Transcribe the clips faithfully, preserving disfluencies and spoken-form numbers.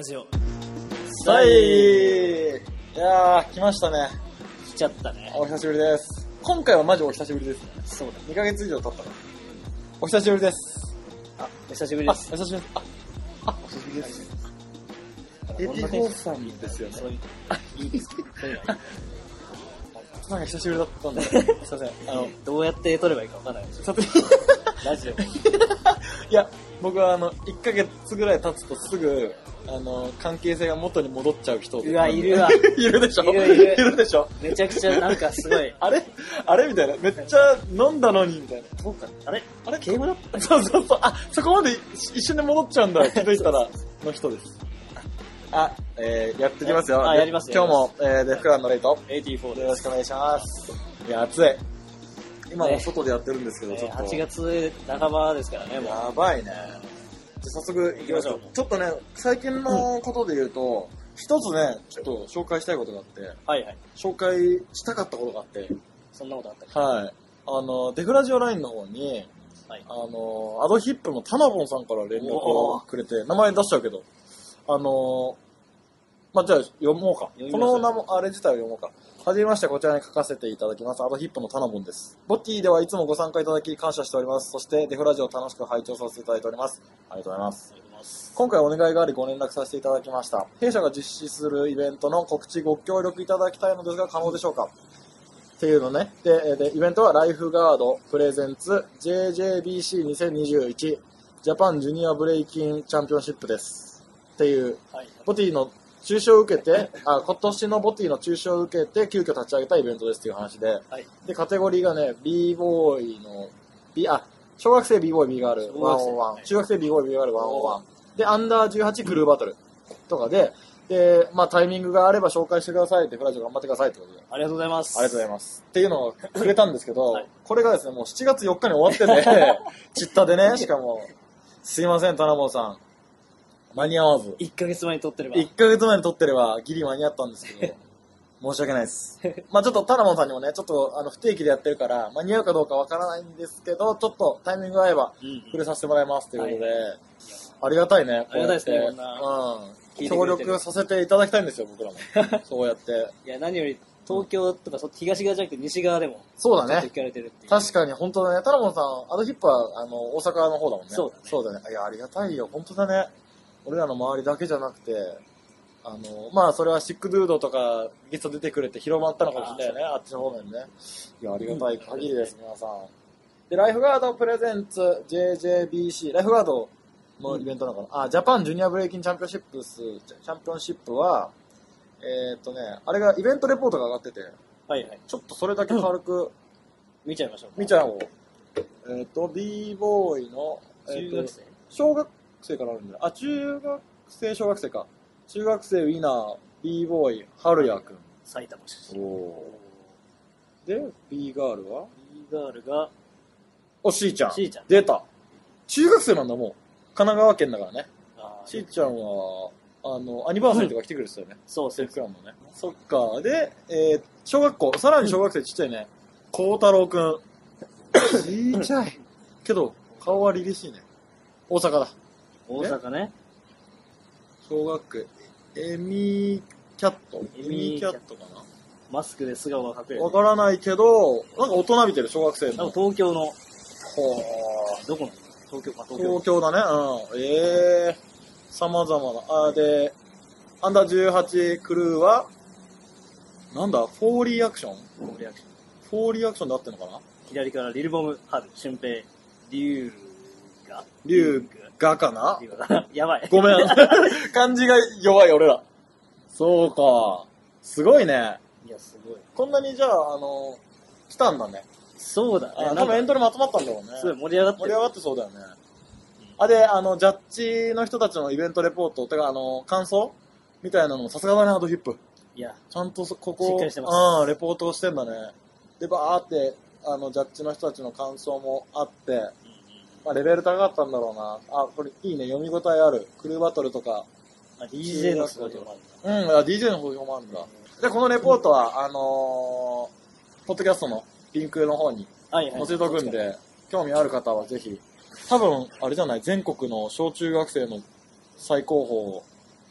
ラジオ。 はい。いやー、来ましたね。 来ちゃったね。 お久しぶりです。今回はマジお久しぶりですね。 そうだ。 にかげつ以上経ったから。お久しぶりです。 あ、お久しぶりです。 あ、お久しぶりです。あ、あ、お久しぶりです。エティフォーさんですよね。 そういう、あ、いいですか。そういうのなんか久しぶりだったんで。すいません。あの、 どうやって撮ればいいかわかんないです。 ちょっとラジオ。 いや、僕はあの、いっかげつぐらい経つとすぐ、あの、関係性が元に戻っちゃう人。 うわ、いるわ。 いるでしょいるいる。 いるでしょめちゃくちゃなんかすごい。 あれあれみたいな。めっちゃ飲んだのに、みたいな。 そうか。あれあれ敬語だったそうそうそう。あ、そこまで一瞬で戻っちゃうんだ。気づいたら、の人です。あ、えー、やってきますよ。 あ、やります今日も、えー、デフクランのレイト。 エイティフォーです。 よろしくお願いします。いや、暑い。今も外でやってるんですけど、 ね、 ちょっと。 はちがつなかばですからね、もう。 やばいね。じゃ早速行きましょう。ちょっとね、最近のことで言うと、一つね、ちょっと紹介したいことがあって、 はいはい。 紹介したかったことがあって、 そんなことあったっけ？ はい。あの、デフラジオラインの方に、 はい、 あの、アドヒップのタナボンさんから連絡をくれて、名前出しちゃうけど、あの、まあ、じゃあ読もうか。この名も、あれ自体を読もうか。はじめまして、こちらに書かせていただきます。アドヒップのタナボンです。ボッティではいつもご参加いただき感謝しております。そして、デフラジオを楽しく拝聴させていただいております。ありがとうございます。今回お願いがありご連絡させていただきました。弊社が実施するイベントの告知ご協力いただきたいのですが可能でしょうかっていうのね。で、でイベントはライフガードプレゼンツ ジェイジェービーシーにせんにじゅういち ジャパンジュニアブレイキンチャンピオンシップです。っていう、はい、ボティの中傷を受けて、あ、今年のボティの中傷を受けて急遽立ち上げたイベントですっていう話で、はい、で、カテゴリーがね、b ボーイの、B、あ、小学生 b ボーイ B ガールいちまるいち、中学生 b ボーイ B ガールいちまるいち、で、アンダーじゅうはちクルーバトルとかで、で、まあタイミングがあれば紹介してくださいって、フラジオ頑張ってくださいってことで。 ありがとうございます。 ありがとうございます。っていうのをくれたんですけど、はい、これがですね、もうしちがつよっかに終わってて、チッタでね、しかも、すいません、タナボンさん。間に合わず。 いっかげつまえに撮ってれば。 いっかげつまえに撮ってれば、ギリ間に合ったんですけど、申し訳ないです。まあちょっとタナボンさんにもね、ちょっとあの不定期でやってるから、間に合うかどうかわからないんですけど、ちょっとタイミングが合えば、触れさせてもらいますということで、はい、ありがたいね。 ありがたいですね、こんな。うん。協力させていただきたいんですよ、僕らも。そうやって。 いや、何より、東京とか東側じゃなくて西側でも。 そうだね。 聞かれてるっていう。 確かに、本当だね。タナボンさん、アドヒップは、あの、大阪の方だもんね。 そうだね。 そうだね。いや、ありがたいよ。本当だね。俺らの周りだけじゃなくて、あの、まあ、それはシックドゥードとかゲスト出てくれて広まったのかもしれないよね。あ, あっちの方面ね。いや、ありがたい限りです、皆さん。で、ライフガードプレゼンツ ジェイジェービーシー、ライフガードのイベントなのかな、うん、あ、ジャパンジュニアブレイキンチャンピオンシップス、チャンピオンシップは、えー、っとね、あれがイベントレポートが上がってて、 はいはい。 ちょっとそれだけ軽く、うん、 見ちゃいましょうか。 見ちゃおう。えー、っと、b ボーイの、 えー、中学生小学生からあるんだよ。あ、中学生、小学生か。中学生ウィナー、b ボーイ、はるやくん。 埼玉出身。 おで、b ガールは ?b ガールが、 お、しーちゃん。 しーちゃん。 出た。中学生なんだもん。神奈川県だからね。 あしーちゃんは、あの、アニバーサリーとか来てくれてたよね。 そう、 セーフクランのね。そっか。で、えー、小学校、さらに小学生ちっちゃいね。こうたろうくん。ちっちゃい。けど、顔は凛々しいね。大阪だ。 大阪ね。 小学エミーキャットエミーキャットかな。 マスクで素顔が隠れる。 わからないけど、なんか大人びてる小学生の。 東京の。 ほー。どこの東京か、東京。 東京だね。うん。ええー。様々な。あ、で、アンダーじゅうはちクルーは、なんだ、フォーリーアクションフォーリーアクション。 フォーリーアクションで合ってんのかな。 左からリルボム、ハル、シュンペイ、リュウガリュウガかなやばい。 ごめん。漢字が弱い俺ら。そうか。すごいね。 いや、すごい。 こんなにじゃあ、あの、来たんだね。 そうだね。 多分エントリーも集まったんだろうね。 すごい盛り上がって盛り上がってそうだよね。あ、で、あの、ジャッジの人たちのイベントレポート、てか、あの、感想みたいなのもさすがだね、アドヒップ。 いや、 ちゃんとここ、 しっかりしてます。 ああ、レポートをしてんだね。で、バーって、あの、ジャッジの人たちの感想もあって、うんうん、まあ、レベル高かったんだろうな。あ、これいいね、読み応えある。クルーバトルとか。 あ、ディージェー の投票もあるんだ。うん、あ、ディージェー の投票もあるんだ。で、このレポートは、あのー、ポッドキャストのリンクの方に載せとくんで、はいはい、興味ある方はぜひ、多分、あれじゃない、全国の小中学生の最高峰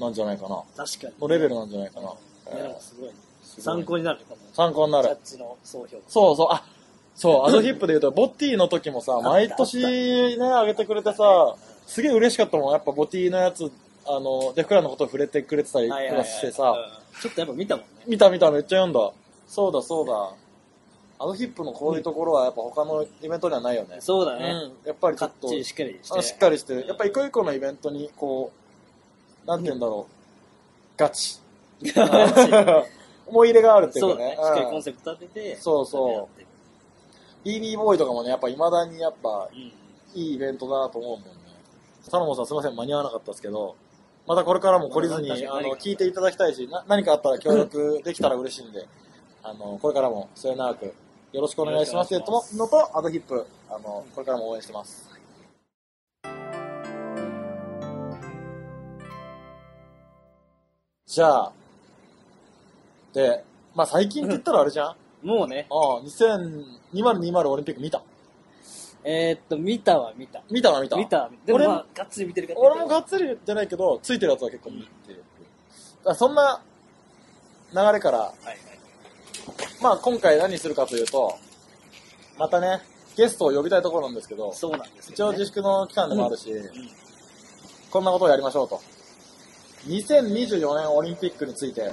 なんじゃないかな。 確かに。 のレベルなんじゃないかな。 いや、でもすごいね。参考になるね、この。 参考になる。 ジャッジの総評価。 そうそう、あ、そう、アドヒップで言うと、ボッティの時もさ、毎年ね、あげてくれてさ、すげえ嬉しかったもん。やっぱボティのやつ、あの、デフクラのことを触れてくれてたりとかしてさ、 ちょっとやっぱ見たもんね。 見た見た、めっちゃ読んだ。そうだそうだ。アドヒップのこういうところはやっぱ他のイベントにはないよね。 そうだね。 うん。やっぱりちょっと。 かっちりしっかりして。 しっかりしてる。やっぱ一個一個のイベントに、こう、なんて言うんだろう。ガチ。思い入れがあるっていうかね。 そうだね。しっかりコンセプト立てて。 そうそう。ビービー ボーイとかもね、やっぱ未だにやっぱ、いいイベントだと思うもんね。サロモンさんすいません、間に合わなかったですけど、またこれからも懲りずに、あの、聞いていただきたいし、な何かあったら協力できたら嬉しいんで、あの、これからも末永くよろしくお願いしますってのと、アドヒップ、あの、これからも応援してます。じゃあ、で、まあ最近って言ったらあれじゃん、 うん、もうね。 ああ、にせんにじゅうオリンピック見た？ えー、っと、見たは見た。 見たは見た。 見た。でもまあ、がっつり見てるから。俺もがっつりじゃないけど、ついてるやつは結構見てる。うん、そんな流れから、はいはい、まあ今回何するかというと、またね、ゲストを呼びたいところなんですけど、 そうなんですよ、ね、 一応自粛の期間でもあるし、うんうん、こんなことをやりましょうと。にせんにじゅうよねんオリンピックについて、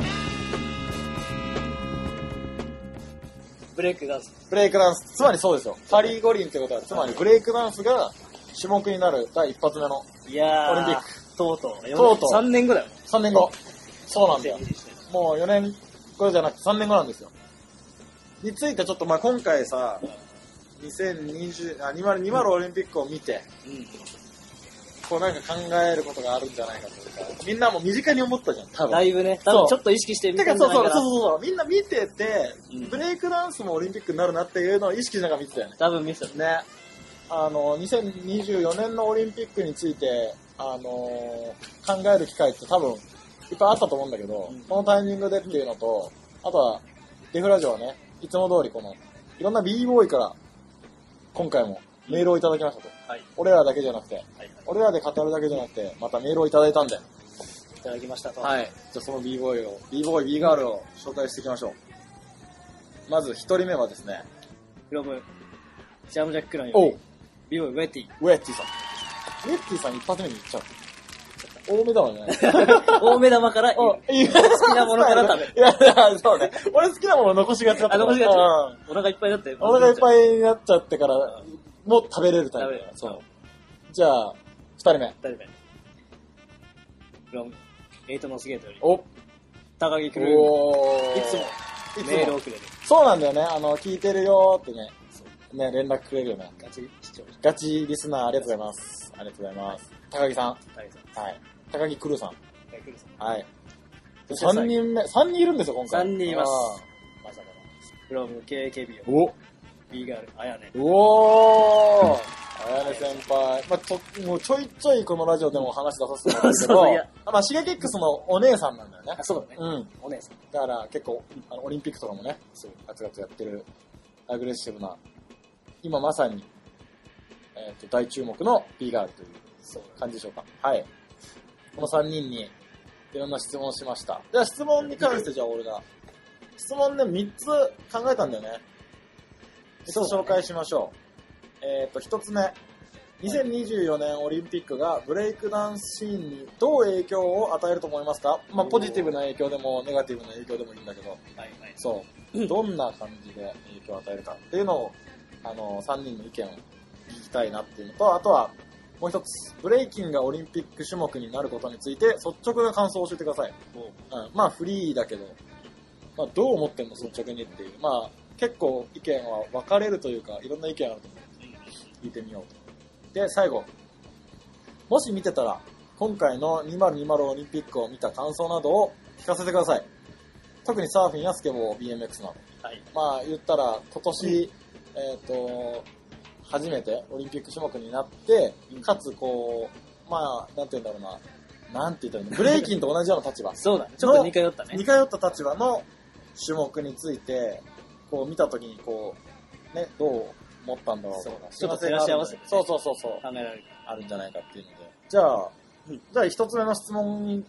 ブレイクダンス。 ブレイクダンス。つまりそうですよ。パリ五輪ってことは、つまりブレイクダンスが種目になる第一発目のオリンピック。 とうとう。 とうとう。 さんねんごだよ。 さんねんご。そうなんだよ。もうよねんごじゃなくてさんねんごなんですよ。についてちょっとまあ今回さ、にせんにじゅう、あ、にせんにじゅうオリンピックを見て、うん、こうなんか考えることがあるんじゃないかというか、みんなも身近に思ったじゃん、多分。 だいぶね、多分ちょっと意識してみたんじゃないかな。 そうそうそうそう、みんな見てて、うん、ブレイクダンスもオリンピックになるなっていうのを意識しながら見てたよね。 多分見てたね。あの、にせんにじゅうよねんのオリンピックについて、あのー、考える機会って多分いっぱいあったと思うんだけど、うん、このタイミングでっていうのと、あとは、デフラジオはね、いつも通りこの、いろんな B ボーイから今回もメールをいただきましたと。はい、俺らだけじゃなくて、はいはい、俺らで語るだけじゃなくて、またメールをいただいたんで。 いただきましたと。 はい。じゃあその B ボーイを、B ボーイ、B ガールを紹介していきましょう。まず一人目はですね、 フロム、ジャムジャックランより、B ボーイ、ウェッティ。 ウェッティさん。ウェッティさん一発目に言っちゃう。大目玉じゃない大目玉から、好きなものから食べる。 いや、いや、そうね。俺好きなもの残しがちだった。 あ、残しがち。お腹いっぱいになって。 お腹いっぱいになっちゃってから、もう食べれるタイプ。 食べれる。 そう。じゃあ、二人目。 二人目。フロム、エイトノスゲートより。 お高木くるみ。いつも、メールをくれる。 そうなんだよね。あの、聞いてるよーってね。ね、連絡くれるよね。 ガチ視聴者。 ガチリスナー、ありがとうございます。ありがとうございます。高木さん。 高木さん。 はい。高木くるさん。 高木くるさん。 はい。三人目、三人いるんですよ、今回。 三人います。まさかの。フロム ケーケービーお B ガール、あやね。 おーあやね先輩。まあ、ちょ、もうちょいちょいこのラジオでも話出させてもらったけど、まあ、シゲキックスのお姉さんなんだよね。 あ、そうだね。 うん。 お姉さん。 だから結構、あの、オリンピックとかもね、そう、ガツガツやってる、アグレッシブな、今まさに、えっと、大注目の B ガールという感じでしょうか。はい。このさんにんにいろんな質問をしました。では質問に関してじゃあ俺が。質問ね、みっつ考えたんだよね。みっつ紹介しましょう。えっと、ひとつめ。にせんにじゅうよねんオリンピックがブレイクダンスシーンにどう影響を与えると思いますか？まあ、ポジティブな影響でもネガティブな影響でもいいんだけど、はいはい、そう。どんな感じで影響を与えるかっていうのを、あの、さんにんの意見を聞きたいなっていうのと、あとは、もう一つ、ブレイキンがオリンピック種目になることについて率直な感想を教えてください。うん、まあフリーだけど、まあどう思ってんの率直にっていう。まあ結構意見は分かれるというか、いろんな意見あると思う。聞いてみようと。で、最後。もし見てたら、今回のにせんにじゅうオリンピックを見た感想などを聞かせてください。特にサーフィンやスケボー、ビーエムエックス など。はい、まあ言ったら今年、うん、えっと、初めてオリンピック種目になって、かつこう、まあ、なんて言うんだろうな、なんて言ったらいいの、ブレイキンと同じような立場。 そうだね。ちょっと似通ったね。 似通った立場の種目について、こう見たときにこう、ね、どう思ったんだろうとか。 ちょっと照らし合わせて、ね。 そうそうそうそう。 考えられる。 あるんじゃないかっていうので。じゃあ、うん、じゃあ一つ目の質問に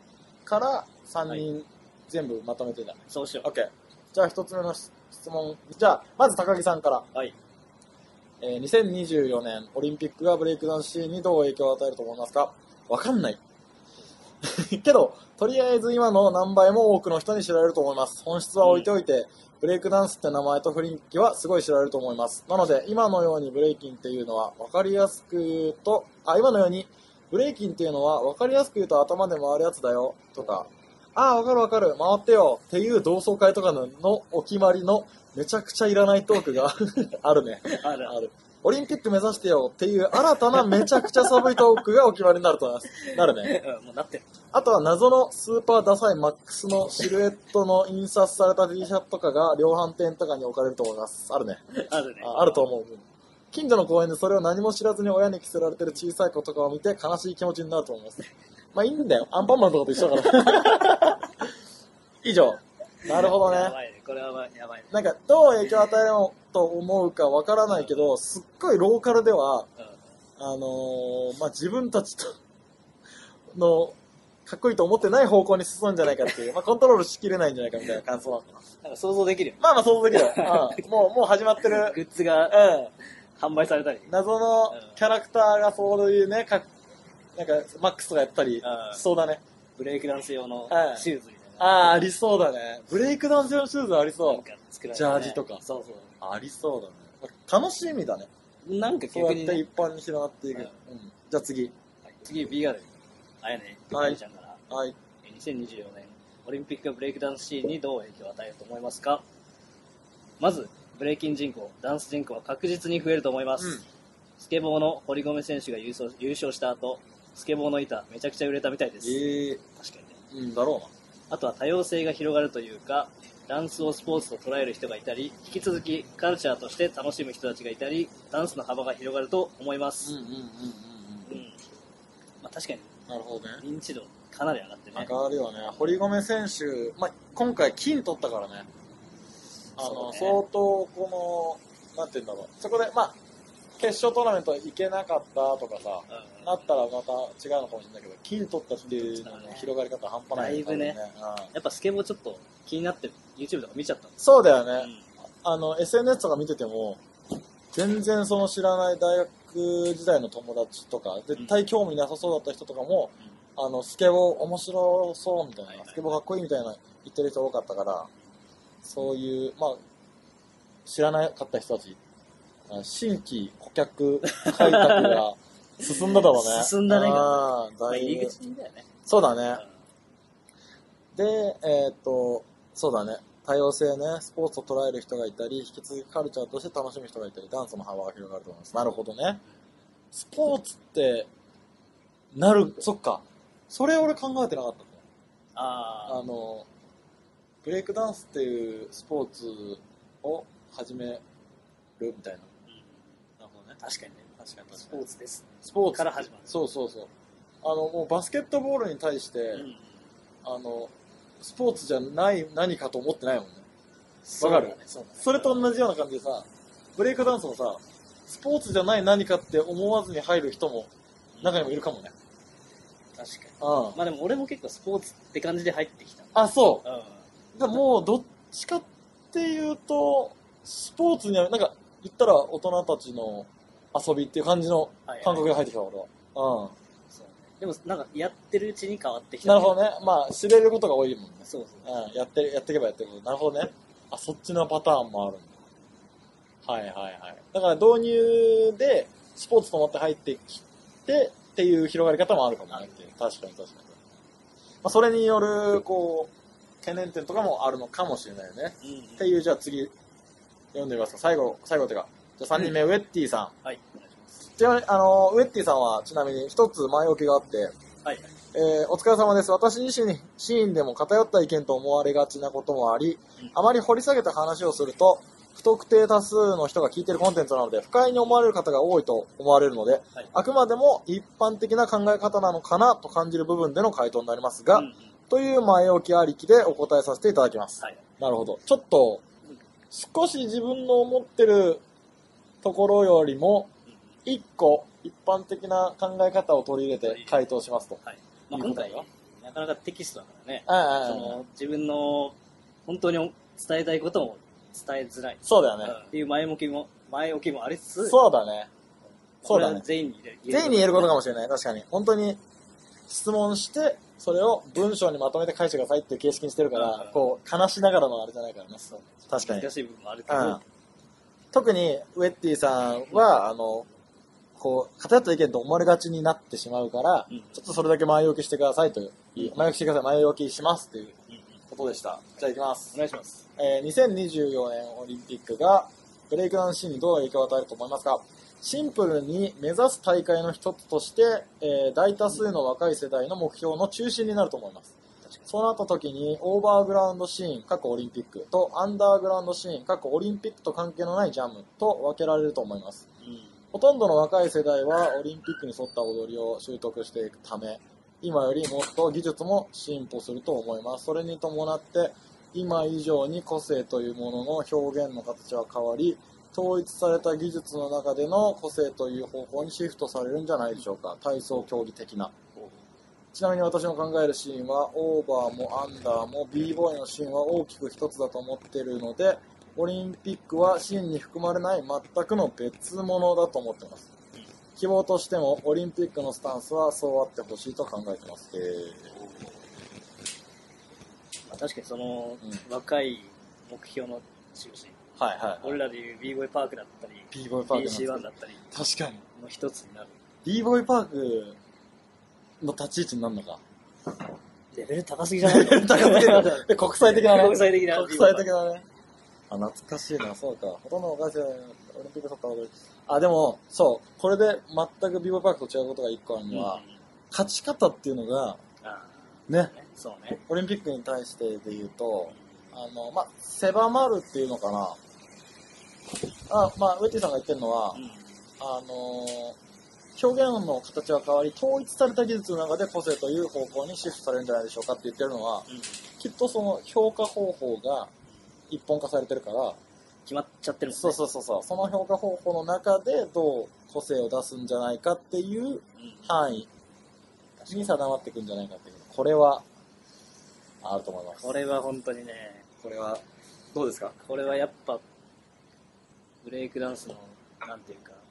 からさんにん全部まとめてだね。 そうしよ OK。じゃあひとつめの質問。じゃあ、まず高木さんから。 う。はい。 えー、にせんにじゅうよねんオリンピックがブレイクダンスシーンにどう影響を与えると思いますか？わかんない。けど、とりあえず今の何倍も多くの人に知られると思います。本質は置いておいて、うん、ブレイクダンスって名前と雰囲気はすごい知られると思います。なので、今のようにブレイキンっていうのは分かりやすく言うと、あ、今のようにブレイキンっていうのは分かりやすく言うと頭で回るやつだよとか、ああ、わかるわかる、回ってよっていう同窓会とかののお決まりのめちゃくちゃいらないトークがあるね。 あるある。オリンピック目指してよっていう新たなめちゃくちゃ寒いトークがお決まりになると思います。なるね。 うん、もうなってる。 あとは謎のスーパーダサいマックスのシルエットの印刷された T シャツとかが量販店とかに置かれると思います。あるね。 あるね。 あ、あると思う。近所の公園でそれを何も知らずに親に着せられてる小さい子とかを見て悲しい気持ちになると思います。まあいいんだよ。アンパンマンとかと一緒だから。以上。なるほどね。 やばいね。これはやばいね。 なんか、どう影響を与えようと思うかわからないけど、すっごいローカルでは、 うん、 あのー、まあ、自分たちとの、かっこいいと思ってない方向に進むんじゃないかっていう、まあ、コントロールしきれないんじゃないかみたいな感想なのかな。 なんか想像できるよ。 まあまあ想像できるよ。うん、もう、もう始まってる。 グッズが、 うん。 販売されたり。 謎のキャラクターがそういうね、かなんか、マックスとかやったり、そうだね。 ブレイクダンス用のシューズみたいな。 ああ、ありそうだね。ブレイクダンス用のシューズありそう。 なんか作られジャージとか。 そうそう。 ありそうだね。楽しみだね。 なんかそうやって一般に広がっていく。うん。じゃあ次。 次、ビーガール。あやね。はい。ちゃんから。 はい。 にせんにじゅうよねん、オリンピックブレイクダンスシーンにどう影響を与えると思いますか？まず、ブレイキン人口、ダンス人口は確実に増えると思います。うん、スケボーの堀米選手が優勝、優勝した後、スケボーの板、めちゃくちゃ売れたみたいです。 えー、 確かにね。 うん、だろうな。 あとは多様性が広がるというか、ダンスをスポーツと捉える人がいたり、引き続きカルチャーとして楽しむ人たちがいたり、ダンスの幅が広がると思います。うんうんうんうんうん。うん。まあ確かに。 なるほどね。 認知度かなり上がってね。 上がるよね。堀米選手、まあ今回金取ったからね。あの、ね、相当この、なんて言うんだろう。そこで、まあ、決勝トーナメント行けなかったとかさ、うん、なったらまた違うのかもしれないけど、金取ったっていうのの広がり方半端ない、 ね。だいぶね、うん。やっぱスケボーちょっと気になって YouTube とか見ちゃったんです。 そうだよね。うん、あの、エスエヌエス とか見てても、全然その知らない大学時代の友達とか、絶対興味なさそうだった人とかも、うん、あの、スケボー面白そうみたいな、はいはい、スケボーかっこいいみたいな言ってる人多かったから、そういう、まあ、知らなかった人たち、新規顧客開拓が進んだだろうね。 進んだね。 ああ、 だいぶ。入り口だよね。 そうだね。うん、で、えー、っと、そうだね。多様性ね、スポーツを捉える人がいたり、引き続きカルチャーとして楽しむ人がいたり、ダンスの幅が広がると思います。なるほどね。スポーツって、なる、そっか。それ俺考えてなかったね。 ああ。 あの、ブレイクダンスっていうスポーツを始めるみたいな。 なるほどね。確かにね。 確かに確かに。 スポーツです。 スポーツから始まる。 そうそうそう。あの、もうバスケットボールに対して、うん、あの、スポーツじゃない何かと思ってないもんね。わかる？ そうだね。 それと同じような感じでさ、ブレイクダンスもさ、スポーツじゃない何かって思わずに入る人も中にもいるかもね。 確かに。 うん。 まあでも俺も結構スポーツって感じで入ってきた。 あ、そう。 うん。 だもうどっちかっていうと、スポーツには、なんか言ったら大人たちの遊びっていう感じの感覚が入ってきた、俺は。うん。 そうね。でもなんかやってるうちに変わってきた。 なるほどね。まあ知れることが多いもんね。 そうそう。 うん。やって、やっていけばやっていくこと。なるほどね。あ、そっちのパターンもあるんだ。はいはいはい。だから導入でスポーツと思って入ってきてっていう広がり方もあるかもねっていう。確かに確かに。まあそれによる、こう、懸念点とかもあるのかもしれないよね。うんうん、っていう、じゃあ次、読んでみますか。最後、最後ってか。じゃあさんにんめ、うん、ウェッティさん。 はい。お願いします。 ちなみに、あの、ウェッティさんはちなみに一つ前置きがあって、 はい。 えー、お疲れ様です。私自身にシーンでも偏った意見と思われがちなこともあり、うん、あまり掘り下げた話をすると、不特定多数の人が聞いているコンテンツなので、不快に思われる方が多いと思われるので、はい、あくまでも一般的な考え方なのかなと感じる部分での回答になりますが、うんうん、という前置きありきでお答えさせていただきます。はい、なるほど。ちょっと、少し自分の思ってるところよりも、一個一般的な考え方を取り入れて回答しますと。 はい。まあ、今回、 なかなかテキストだからね、 ああその自分の本当に伝えたいことも伝えづらい。 そうだよね。 うんっていう前置きも、前置きもありつつ、 そうだね。そうだねこれは全員に入れる。 全員に言えることかもしれない。確かに。本当に質問して、それを文章にまとめて返してくださいっていう形式にしてるから、 うんこう、悲しながらのあれじゃないからね。 そう確かに。 難しい部分もあるけど、 うん特にウェッティさんは、あの、こう、偏った意見と思われがちになってしまうから、 うんちょっとそれだけ前置きしてくださいという、 うん前置きしてください、前置きしますといううんうんことでした。じゃあ行きますお。願いします。 えー、にせんにじゅうよねんオリンピックがブレイクダウンシーンにどう影響を与えると思いますか？シンプルに目指す大会の一つとして、えー大多数の若い世代の目標の中心になると思います。そうなった時にオーバーグラウンドシーン、過去オリンピックとアンダーグラウンドシーン、過去オリンピックと関係のないジャムと分けられると思います。 うんほとんどの若い世代はオリンピックに沿った踊りを習得していくため、今よりもっと技術も進歩すると思います。それに伴って今以上に個性というものの表現の形は変わり、統一された技術の中での個性という方向にシフトされるんじゃないでしょうか。体操競技的な。ちなみに私の考えるシーンはオーバーもアンダーも b ボーイのシーンは大きく一つだと思っているので、オリンピックはシーンに含まれない全くの別物だと思っています。希望としてもオリンピックのスタンスはそうあってほしいと考えています。えーまあ、確かにその、 うん若い目標の中心、 はいはい、はい。 俺らでいう b ボーイパークだったり b ボーイパークビーシーワン だったり確かにの一つになる。 b ボーイパークの立ち位置になるのか。 レベル高すぎじゃないの？ 高すぎるで国際的なね。 国際的な国際的なね。あ、懐かしいな、そうか。ほとんどの若い世代のオリンピック取った踊り。あ、でも、そう、これで全くビーボーイパークと違うことが一個あるのは、 うん勝ち方っていうのが、 あね、 そうね。 オリンピックに対してで言うと、あの、ま、狭まるっていうのかな。あ、まあ、ウェッティさんが言ってるのは、 うんあのー、表現の形は変わり、統一された技術の中で個性という方向にシフトされるんじゃないでしょうかって言ってるのは、 うんきっとその評価方法が一本化されてるから、 決まっちゃってるもんね。 そうそうそうそう、その評価方法の中でどう個性を出すんじゃないかっていううん範囲に定まっていくんじゃないかっていう。これはあると思います。 これは本当にね、 これはどうですか？ これはやっぱブレイクダンスのなんていうか、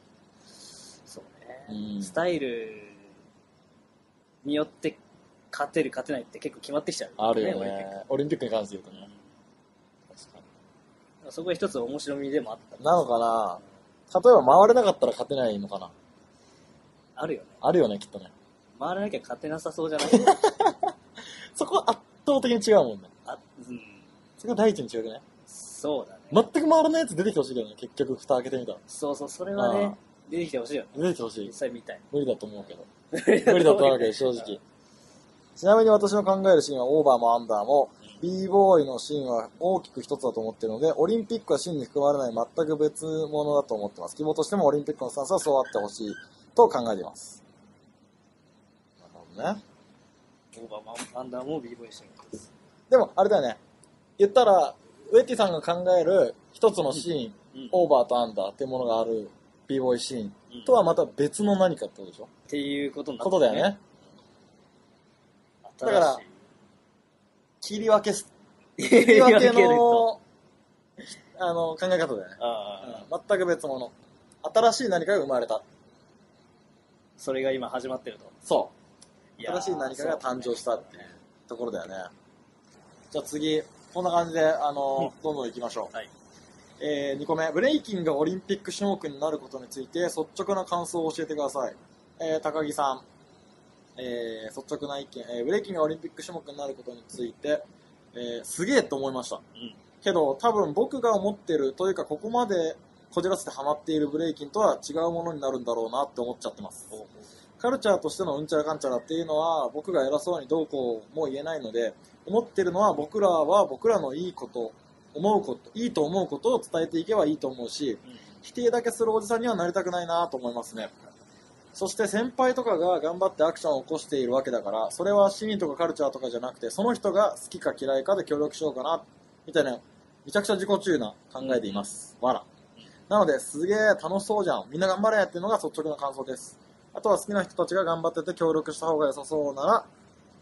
そうね、 うんスタイルによって勝てる勝てないって結構決まってきちゃう、 あるよオリンピッね。オリンピックに関して言うとね。確かクそこが一つ面白みでもあったに。なのかな。例えば回れなかったら勝てないのかな。 あるよね。 あるよね、きっとね。 回らなきゃ勝てなさそうじゃない？ そこは圧倒的に違うもんね。 あ、うん、 そこが第一に違うね。 そうだね。 全く回らないやつ出てきてほしいけどね、結局蓋開けてみたら。 そうそう、それはね、出てきてほしいよね。 出てきてほしい実。際みたい無理だと思うけど。無理だと思うけど、正直。ちなみに私の考えるシーンはオーバーもアンダーも、b ボーイのシーンは大きく一つだと思っているので、オリンピックはシーンに含まれない全く別物だと思っています。希望としてもオリンピックのスタンスはそうあってほしいと考えています。なるほどね。 オーバーもアンダーも b ボーイしてるんです。 でも、あれだよね。言ったら、ウェッティさんが考える一つのシーン、 うんうんオーバーとアンダーっていうものがある b ボーイシーンとはまた別の何かってことでしょ、 っていうことになってことだよね。 新しいだから切り分けす、 切切り分けるのと、 あの、考え方だよね。 ああ、 うん全く別物。新しい何かが生まれた。 それが今始まってると。 そう。 いやー新しい何かが誕生したっていうところだよね。じゃあ次、こんな感じで、あの、どんどん行きましょう。 はい。 えー、にこめ、ブレイキンがオリンピック種目になることについて率直な感想を教えてください。えー、高木さん、えー、率直な意見、えー、ブレイキンがオリンピック種目になることについて、えー、すげえと思いました。 うん。 けど、多分僕が思ってるというか、ここまでこじらせてハマっているブレイキンとは違うものになるんだろうなって思っちゃってます。カルチャーとしてのうんちゃらかんちゃらっていうのは、僕が偉そうにどうこうも言えないので、思ってるのは僕らは僕らのいいこと、思うこと、いいと思うことを伝えていけばいいと思うし、 うん。 否定だけするおじさんにはなりたくないなと思いますね。そして先輩とかが頑張ってアクションを起こしているわけだから、それはシーンとかカルチャーとかじゃなくて、その人が好きか嫌いかで協力しようかな、みたいな、めちゃくちゃ自己中な考えでいます。わら。なので、すげえ楽しそうじゃん。みんな頑張れっていうのが率直な感想です。あとは好きな人たちが頑張ってて協力した方が良さそうなら、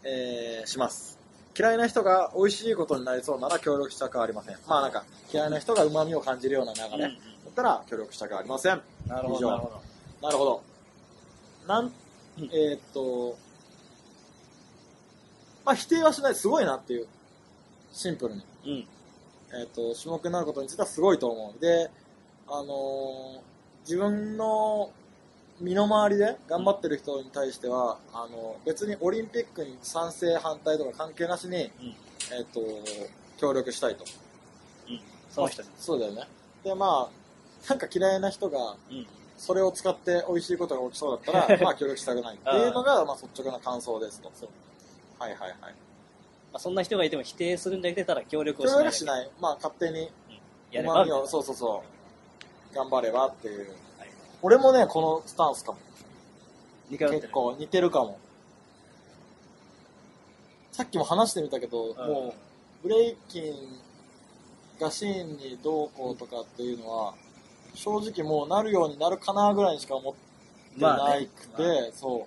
えー、します。嫌いな人が美味しいことになりそうなら協力したくはありません。まあなんか嫌いな人が旨味を感じるような流れだったら協力したくはありません。 なるほどなるほど。 なるほど。なん、えー、っと、まあ否定はしない。すごいなっていう。シンプルに。 うん。 えー、っと、種目になることについてはすごいと思う。で、あのー、自分の身の回りで頑張ってる人に対しては、うん、あの別にオリンピックに賛成反対とか関係なしに、うん、えー、っと協力したいと、 うん、その人に、まあ、 そうだよね。でまあなんか嫌いな人がそれを使って美味しいことが起きそうだったらまあ協力したくないっていうのがまあ率直な感想ですと。そう、はいはいはい。まあ、そんな人がいても否定するんだけどただ協力をしない。 協力しない。まあ勝手にうまみを、そうそうそう頑張ればっていう。俺もね、このスタンスかも。結構似てるかも。さっきも話してみたけど、うん、もう、ブレイキンがシーンにどうこうとかっていうのは、正直もうなるようになるかなぐらいにしか思ってなくて、まあねまあ、そう。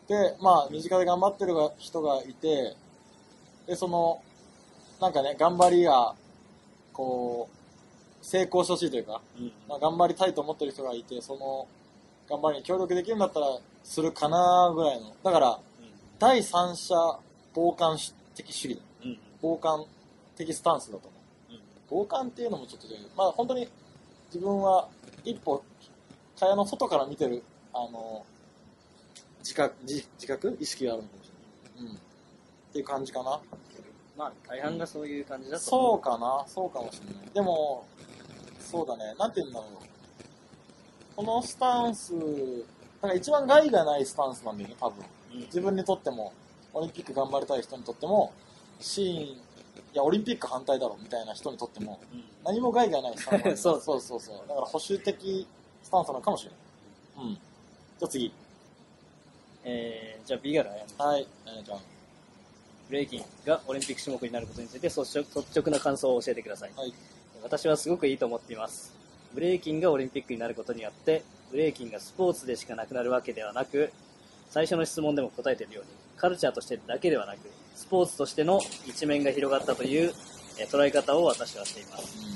で、まあ、身近で頑張ってる人がいて、で、その、なんかね、頑張りが、こう、成功してほしいというか、うんまあ、頑張りたいと思ってる人がいて、その頑張りに協力できるんだったらするかなぐらいの。だから、うん、第三者傍観的主義、うん、傍観的スタンスだと思う、うん、傍観っていうのもちょっと違う。まあ本当に自分は一歩蚊帳の外から見てるあの自覚 自, 自覚意識があるのかもしれない、うん、っていう感じかな。 まあ大半がそういう感じだと思う、そうかな、そうかもしれない。でもそうだね、なんて言うんだろう。このスタンス、だから一番害がないスタンスなんだよね、多分。うん、自分にとっても、オリンピック頑張りたい人にとっても、シーン、いや、オリンピック反対だろ、みたいな人にとっても、うん、何も害がないスタンスなんそうそうそうそう。だから保守的スタンスなのかもしれない。うん。じゃあ次。 えー、じゃあ B からやる。 はい、えー、じゃあ。 ブレイキンがオリンピック種目になることについて率直、率直な感想を教えてください。はい。私はすごくいいと思っています。ブレイキンがオリンピックになることによってブレイキンがスポーツでしかなくなるわけではなく、最初の質問でも答えているようにカルチャーとしてだけではなくスポーツとしての一面が広がったという捉え方を私はしています、うん、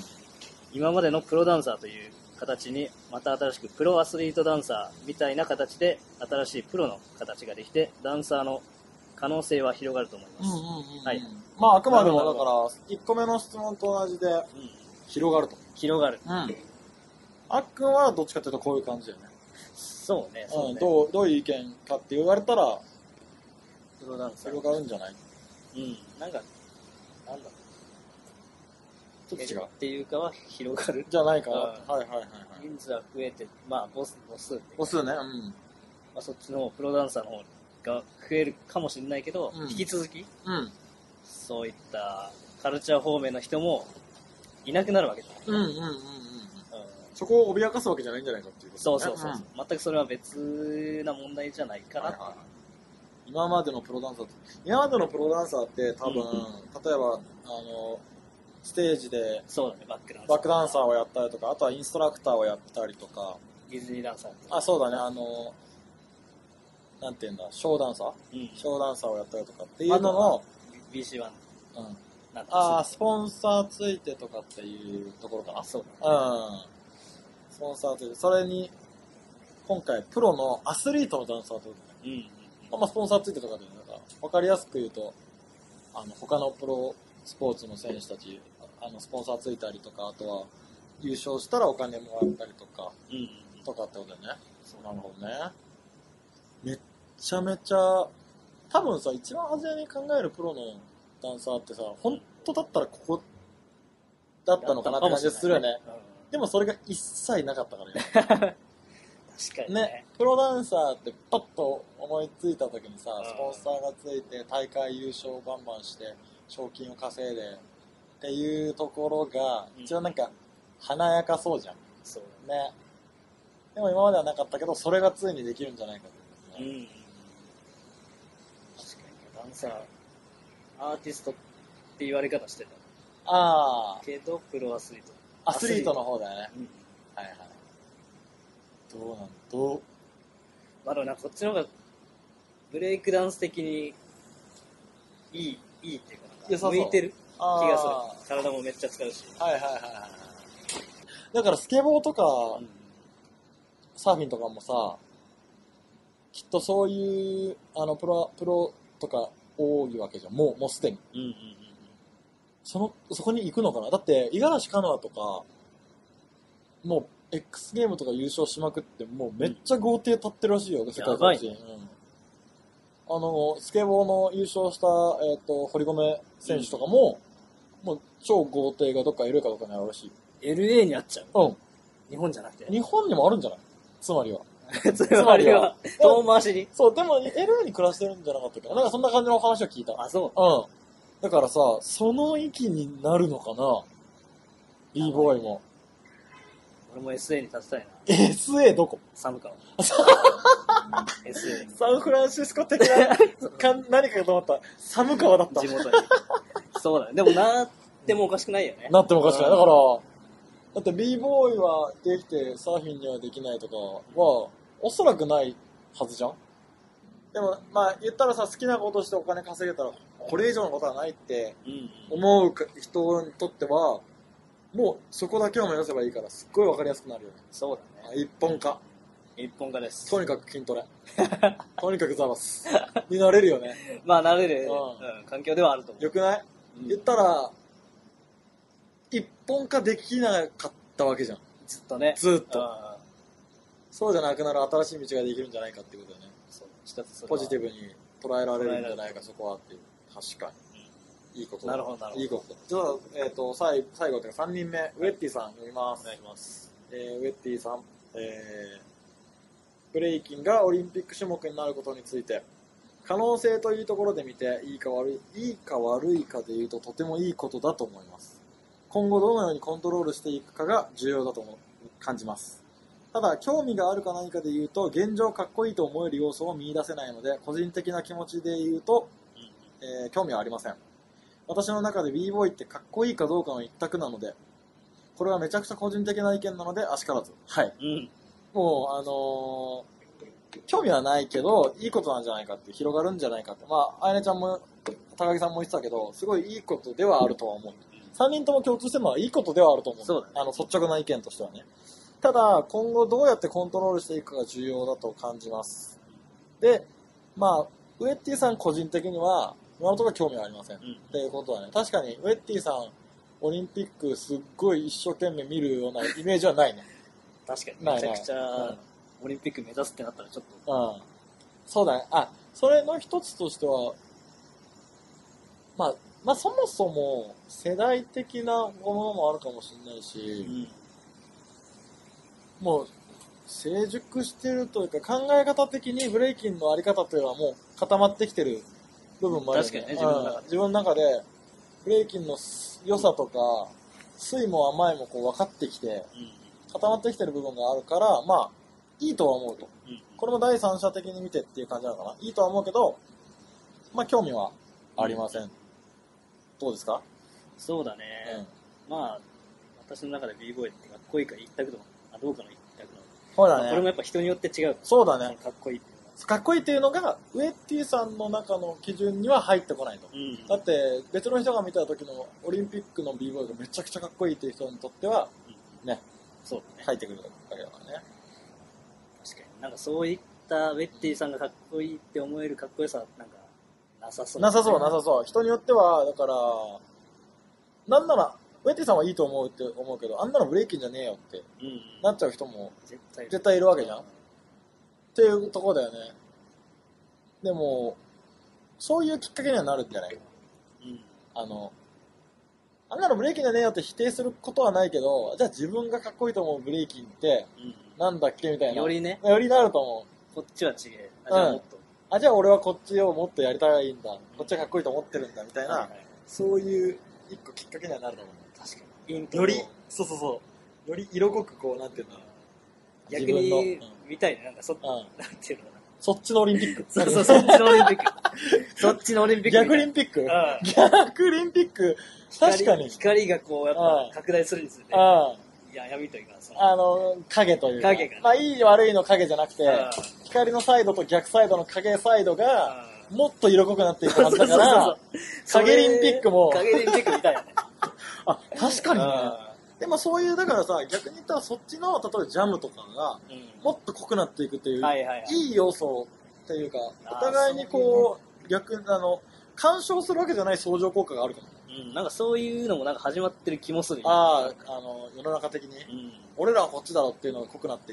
今までのプロダンサーという形にまた新しくプロアスリートダンサーみたいな形で新しいプロの形ができてダンサーの可能性は広がると思います、うんうんうんうん、はい、 まああくまでもだからいっこめの質問と同じで、うん広がると。 広がる。 うん。あっくんはどっちかというとこういう感じだよね。 そうね。そうね。 うん、どう、どういう意見かって言われたら、 プロダンサー。 広がるんじゃない？ うん。なんか、なんだろう。ちょっと違う。 っていうかは広がる。 じゃないかな。はいはいはいはい。 人数は増えて、まあ、母数、母数。 母数ね。うん。まあ、そっちのプロダンサーの方が増えるかもしれないけど、うん、引き続き、 うん。 そういったカルチャー方面の人も、いなくなるわけじゃない。 うんうんうんうん。うん、そこを脅かすわけじゃないんじゃないかっていうこと、ね、 そうそうそう、うん、全くそれは別な問題じゃないかな、はいはいはい、 今までのプロダンサーって今までのプロダンサーって多分、うん、例えばあのステージでそうだねバックダンサーバックダンサーをやったりとかあとはインストラクターをやったりとかディズニーダンサーあそうだねあのなんていうんだショーダンサー、うん、ショーダンサーをやったりとかっていうののビーシーワンうんああ、スポンサーついてとかっていうところかな。 そうだ、ね。 うん。スポンサーついて。それに、今回、プロのアスリートのダンサーと、ね、うんうんうん。まあ、スポンサーついてとかで、なんか、わかりやすく言うと、あの、他のプロスポーツの選手たち、あの、スポンサーついたりとか、あとは、優勝したらお金もらったりとか、うんうんうん、とかってことだよね。そうなるほどね。めっちゃめちゃ、多分さ、一番初めに考えるプロのダンサーってさ、本当だったらここだったのかなって感じするよね。うん、でもそれが一切なかったからね。 確かにね。 ね、プロダンサーってパッと思いついた時にさ、スポンサーがついて大会優勝をバンバンして賞金を稼いでっていうところが一応なんか華やかそうじゃん。 そうね。でも今まではなかったけど、それがついにできるんじゃないかという、ね。うん。 確かにダンサー。アーティストって言われ方してた。 ああ。 けど、プロアスリート。 アスリートの方だよね。うん、はいはい。どうなんどうまだな、こっちの方が、ブレイクダンス的にいい、いいっていうか、 良さそう向いてる気あーがする。体もめっちゃ使うし。 はいはいはいはい。だからスケボーとか、 うん、 サーフィンとかもさ、きっとそういう、あの、プロ、プロとか多いわけじゃん。もう、もうすでに。 うんうんうん。 その、そこに行くのかな。だって、五十嵐カノアとか、もう、X ゲームとか優勝しまくって、もうめっちゃ豪邸立ってるらしいよ、世界各地。うん。あの、スケボーの優勝した、えっ、と、堀米選手とかも、うん、もう超豪邸がどっか エルエー かどっかにあるらしい。 エルエー にあっちゃう。 うん。 日本じゃなくて。 日本にもあるんじゃない？つまりは。 つまりは、遠回しに。 そう、でも エルエー に暮らしてるんじゃなかったっけな。なんかそんな感じの話を聞いた。 あ、そう。 うん。だからさ、その域になるのかな ?b ボーイも。 俺も エスエー に立ちたいな。 エスエー どこ？ 寒川。エスエーサンフランシスコ的なか何かと思った。寒川だった。 地元に。そうだね。でもなってもおかしくないよね。 なってもおかしくない。だから、だって b ボーイはできてサーフィンにはできないとかは、おそらくないはずじゃん。でも、まあ言ったらさ、好きなことしてお金稼げたら、これ以上のことはないって思う人にとっては、もうそこだけを目指せばいいから、すっごいわかりやすくなるよね。 そうだね。 一本化。 一本化です。 とにかく筋トレ。とにかくザバス。になれるよね。 まあ、なれる、 うんうん、環境ではあると思う。 よくない、うん、言ったら、一本化できなかったわけじゃん。 ずっとね。 ずっと。そうじゃなくなる新しい道ができるんじゃないかっていうことだよね。 そう。一つそれポジティブに捉えられるんじゃないか、そこはっていう。確かに。いいことだ。 なるほど、なるほど。 いいことだ。じゃあ、えっ、ー、と、最最後というかさんにんめ、ウェッティさん読みます。 お願いします。 えー、ウェッティさん、えー、ブレイキンがオリンピック種目になることについて、可能性というところで見て、いいか悪い、いいか悪いかで言うととてもいいことだと思います。今後どのようにコントロールしていくかが重要だと思う感じます。ただ、興味があるか何かで言うと、現状かっこいいと思える要素を見出せないので、個人的な気持ちで言うと、えー、興味はありません。私の中で b ボーイってかっこいいかどうかの一択なので、これはめちゃくちゃ個人的な意見なので、あしからず。はい。うん、もう、あのー、興味はないけど、いいことなんじゃないかって、広がるんじゃないかって。まあ、あやねちゃんも、高木さんも言ってたけど、すごいいいことではあるとは思う。さんにんとも共通してるのはいいことではあると思う。 そうだね。 あの、率直な意見としてはね。ただ、今後どうやってコントロールしていくかが重要だと感じます。で、まあ、ウェッティさん個人的には、今のところ興味はありません。うん、っていうことはね、確かにウェッティさん、オリンピックすっごい一生懸命見るようなイメージはないね。 確かに、めちゃくちゃ、うん、オリンピック目指すってなったらちょっと。 うん。そうだね。あ、それの一つとしては、まあ、まあそもそも世代的なものもあるかもしれないし、うん、もう成熟してるというか考え方的にブレイキンのあり方というのはもう固まってきてる部分もある、ね。 確かにね、自分の中で。 自分の中でブレイキンの良さとか、酸いも甘いもこう分かってきて、固まってきてる部分があるから、まあ、いいとは思うと。うん、これも第三者的に見てっていう感じなのかな。いいとは思うけど、まあ興味はありません。うん、どうですか？ そうだね。うん、まあ、私の中で b ボーイってかっこいいか一択とか、どうかの一択なの。 そうだね。まあ、 これもやっぱ人によって違う。 そうだね。 かっこいいっていうのは。 かっこいいっていうのが、ウェッティさんの中の基準には入ってこないと。うん、だって、別の人が見た時のオリンピックの b ボーイがめちゃくちゃかっこいいっていう人にとっては、うん、ね、 そうだね。 入ってくるわけだからね。 確かに。なんかそういったウェッティさんがかっこいいって思えるかっこよさはなんかなさそう、ね。 なさそう、なさそう。人によっては、だから、なんなら、ウェッティさんはいいと思うって思うけど、あんなのブレイキンじゃねえよって、なっちゃう人も絶対、絶対いるわけじゃん。っていうところだよね。でも、そういうきっかけにはなるんじゃないかな。うん、あの、あんなのブレイキンじゃねえよって否定することはないけど、じゃあ自分がかっこいいと思うブレイキンって、なんだっけみたいな。 よりね。 よりなると思う。 こっちは違え。あ、じゃあもっと、うん。 あ、じゃあ俺はこっちをもっとやりたいんだ。こっちはかっこいいと思ってるんだ。みたいな、はいはい、そういう一個きっかけにはなると思う。 確かに。 より、そうそうそう。より色濃くこう、なんていうんだろう。 逆に、うん、見たいね。なんかそ、うん、なんていうのかな。 そっちのオリンピック。 そうそう、そっちのオリンピック。そっちのオリンピック。 逆リンピック、うん、逆リンピック。確かに。 光がこう、やっぱ拡大するにつれて。いや、闇というか、その。あの、影というか。 影が、ね。 まあ、いい悪いの影じゃなくて、光のサイドと逆サイドの影サイドが、 もっと色濃くなっていくはずだから、影リンピックも。 影リンピックみたいなね。 あ、確かにね。でもそういう、だからさ、逆に言ったらそっちの、例えばジャムとかが、もっと濃くなっていくっていう、いい要素っていうか、お互いにこう、逆にあの、干渉するわけじゃない相乗効果があるかも。 うん、なんかそういうのもなんか始まってる気もする。 ああ、あの、世の中的に、うん、俺らはこっちだろうっていうのが濃くなっていって、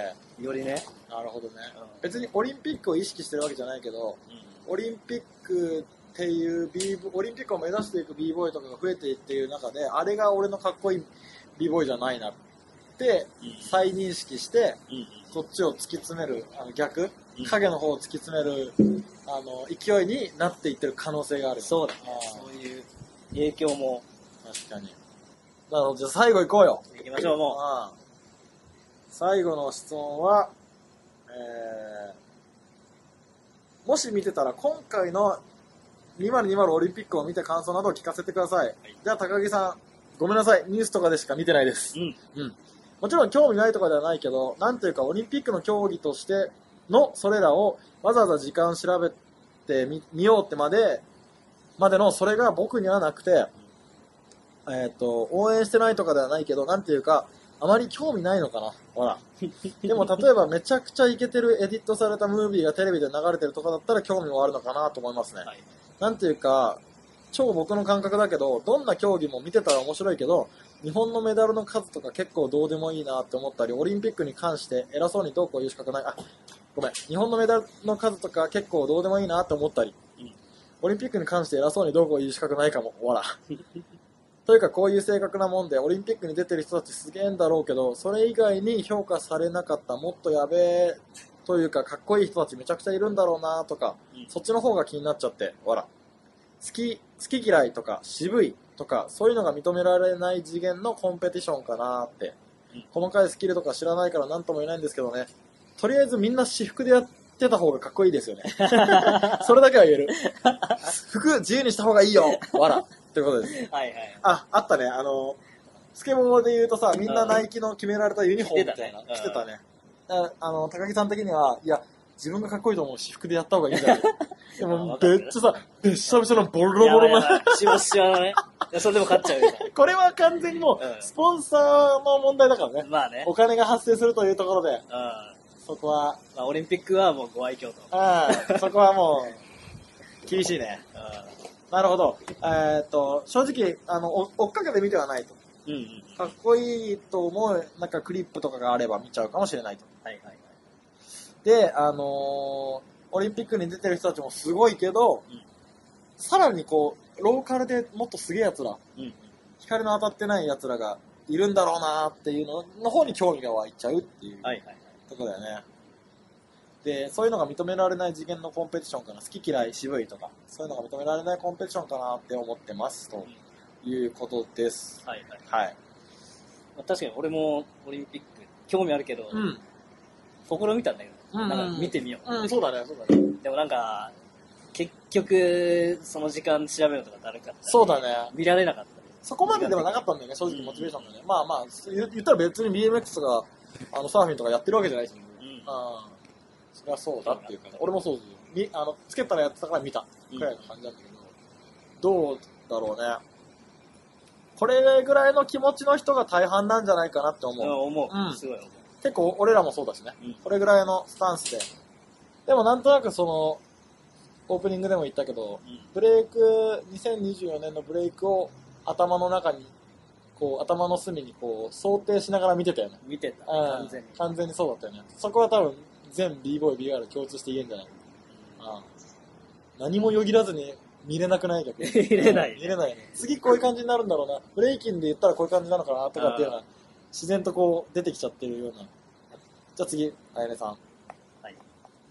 よりね。 なるほどね、うん。別にオリンピックを意識してるわけじゃないけど、うん、オリンピックっていう B、オリンピックを目指していく b ボーイとかが増えていっている中で、あれが俺のかっこいい b ボーイじゃないなって再認識して、うん、そっちを突き詰める、あの逆、うん、影の方を突き詰めるあの勢いになっていってる可能性がある。 そうだね。そういう影響も。 確かに。なるほど。じゃあ最後行こうよ。 行きましょう、もう。ああ、 最後の質問は、えー、もし見てたら今回のにせんにじゅうオリンピックを見て感想などを聞かせてください。はい、じゃあ高木さん、ごめんなさい。ニュースとかでしか見てないです。うん。うん。もちろん興味ないとかではないけど、なんというかオリンピックの競技としてのそれらをわざわざ時間調べて み, 見ようってまで、までのそれが僕にはなくて、えっと、応援してないとかではないけど、なんていうか、あまり興味ないのかな。ほら。でも例えばめちゃくちゃイケてるエディットされたムービーがテレビで流れてるとかだったら興味もあるのかなと思いますね。はい、なんていうか、超僕の感覚だけど、どんな競技も見てたら面白いけど、日本のメダルの数とか結構どうでもいいなって思ったり、オリンピックに関して偉そうにどうこう言う資格ない。あ、ごめん。日本のメダルの数とか結構どうでもいいなって思ったり、オリンピックに関して偉そうにどうこう言う資格ないかも。ほら。というかこういう正確なもんで、オリンピックに出てる人たちすげえんだろうけど、それ以外に評価されなかったもっとやべえというかかっこいい人たちめちゃくちゃいるんだろうなとか、そっちの方が気になっちゃって、ほら。好き、好き嫌いとか渋いとかそういうのが認められない次元のコンペティションかなって。細かいスキルとか知らないから何とも言えないんですけどね。とりあえずみんな私服でやってた方がかっこいいですよね。それだけは言える。服自由にした方がいいよ。わら。ということです。はいはい。あ、あったね。あの、スケボーで言うとさ、みんなナイキの決められたユニフォームみたいな。着てたね。あの、高木さん的には、いや、自分がかっこいいと思う私服でやった方がいいんじゃないでも、めっちゃさ、べっしゃべしゃのボロボロな。 しわしわのね。それでも勝っちゃうよ。 これは完全にもう、スポンサーの問題だからね。まあね。お金が発生するというところで。うん。そこは。 まあ、オリンピックはもうご愛嬌と。 ああ、そこはもう、厳しいね。うん。なるほど。えっと、正直、あの、追っかけて見てはないと。うんうん。かっこいいと思う、なんかクリップとかがあれば見ちゃうかもしれないと。はいはいはい。で、あのー、オリンピックに出てる人たちもすごいけど、うん、さらにこう、ローカルでもっとすげえ奴ら、うん、光の当たってない奴らがいるんだろうなっていうのの方に興味が湧いちゃうっていうところだよね。で、そういうのが認められない次元のコンペティションかな、好き嫌い渋いとか、そういうのが認められないコンペティションかなって思ってますということです。はいはい。はい。 まあ、確かに俺もオリンピック興味あるけど、うん、試みたんだけど、なんか見てみよう、 うんうん、そうだねそうだね。 でもなんか結局その時間調べるのとかだるかった、 そうだね、 見られなかった。 そこまでではなかったんだよね、正直モチベーションがね、うん、まあまあ言ったら別に ビーエムエックス とかあのサーフィンとかやってるわけじゃないし、ね、うん、あそれはそうだっていうか、ね、俺もそうですよ、あのつけたらやってたから見たくらいの感じなんだけど、うん、どうだろうね、これぐらいの気持ちの人が大半なんじゃないかなって思う。 思う、うん、すごい思う。 結構俺らもそうだしね、うん、これぐらいのスタンスで。でもなんとなくそのオープニングでも言ったけど、うん、ブレイクにせんにじゅうよねんのブレイクを頭の中にこう頭の隅にこう想定しながら見てたよね。 見てた、 うん、完全に完全にそうだったよね。そこは多分全 b ボーイ ビーアール 共通して言えんじゃない、うん、ああ何もよぎらずに見れなくない逆に見れない、 見れないね。次こういう感じになるんだろうな、ブレイキンで言ったらこういう感じなのかなとかっていうのは自然とこう出てきちゃってるような。じゃあ次、あやねさん。はい。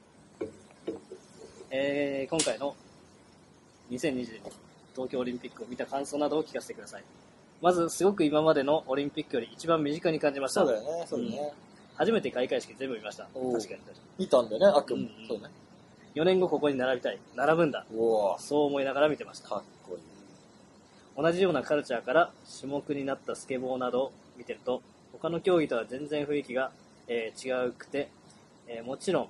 えー、今回のにせんにじゅうに東京オリンピックを見た感想などを聞かせてください。まず、すごく今までのオリンピックより一番身近に感じました。 そうだよね、そうだよね。うん、 初めて開会式全部見ました。確かに。 見たんだよね、あくん、うんうん。そうね。 よねんごここに並びたい。並ぶんだ。そう思いながら見てました。かっこいい。同じようなカルチャーから種目になったスケボーなどを見てると、他の競技とは全然雰囲気が、えー、違うくて、えー、もちろん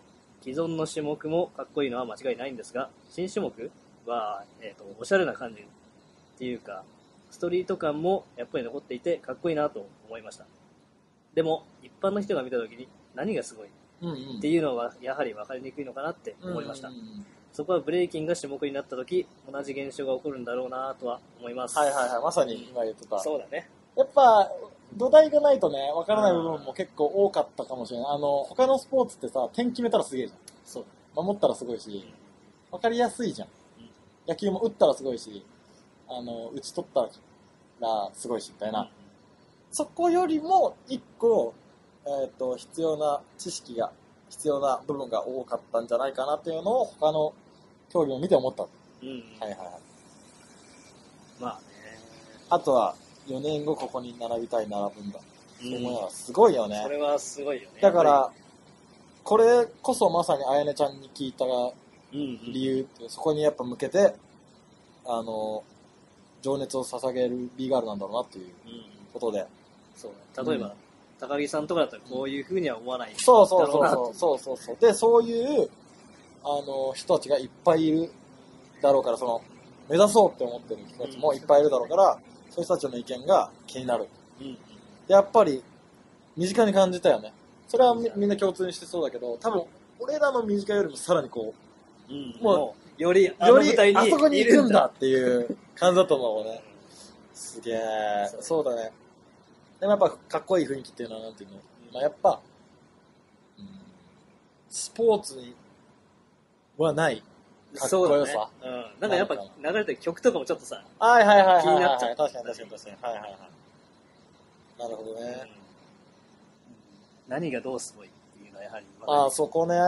既存の種目もかっこいいのは間違いないんですが、新種目は、えーと、おしゃれな感じっていうか、ストリート感もやっぱり残っていてかっこいいなと思いました。でも一般の人が見た時に何がすごいっていうのはやはり分かりにくいのかなって思いました。うんうんうん、そこはブレイキンが種目になった時同じ現象が起こるんだろうなとは思います。 はいはいはい、まさに今言ってた。 そうだね。 やっぱ土台がないとね分からない部分も結構多かったかもしれない。あの他のスポーツってさ、点決めたらすげえじゃん。 そうだね。 守ったらすごいし、分かりやすいじゃん。うん、野球も打ったらすごいし、あの打ち取ったらすごいしみたいな。うん、そこよりも一個、えーと、必要な知識が必要な部分が多かったんじゃないかなっていうのを他の競技を見て思った。うん、はいはいはい。 まあね。 あとはよねんごここに並びたい並ぶんだ。そう思うのはすごいよね。 それはすごいよね。 だからこれこそまさにあやねちゃんに聞いた理由って、うんうん、そこにやっぱ向けてあの情熱を捧げる B ガールなんだろうなっていうことで。うん、 そう例えば、うん、高木さんとかだったらこういうふうには思わないんだろうな。そうそうそうそうそうそう。でそういうあの人たちがいっぱいいるだろうから、その目指そうって思ってる人たちもいっぱいいるだろうから、うん、そういう人たちの意見が気になる。うん、でやっぱり身近に感じたよね。それは み, みんな共通にしてそうだけど、多分俺らの身近よりもさらにこう、うん、もうよりあの舞台にあそこに行くんだっていう感じだと思うね。すげえ。そうだね。でもやっぱかっこいい雰囲気っていうのはなんていうの、まあ、やっぱ、うん、スポーツにはないかっこよさ。 う、ね、うん、なんかやっぱ流れてる曲とかもちょっとさ、 はいはいはいはい、はい、 気になっちゃう。 確かに確かに確かに。はいはいはい。なるほどね。うん、 何がどうすごいっていうのはやはり。 ああ、そこね。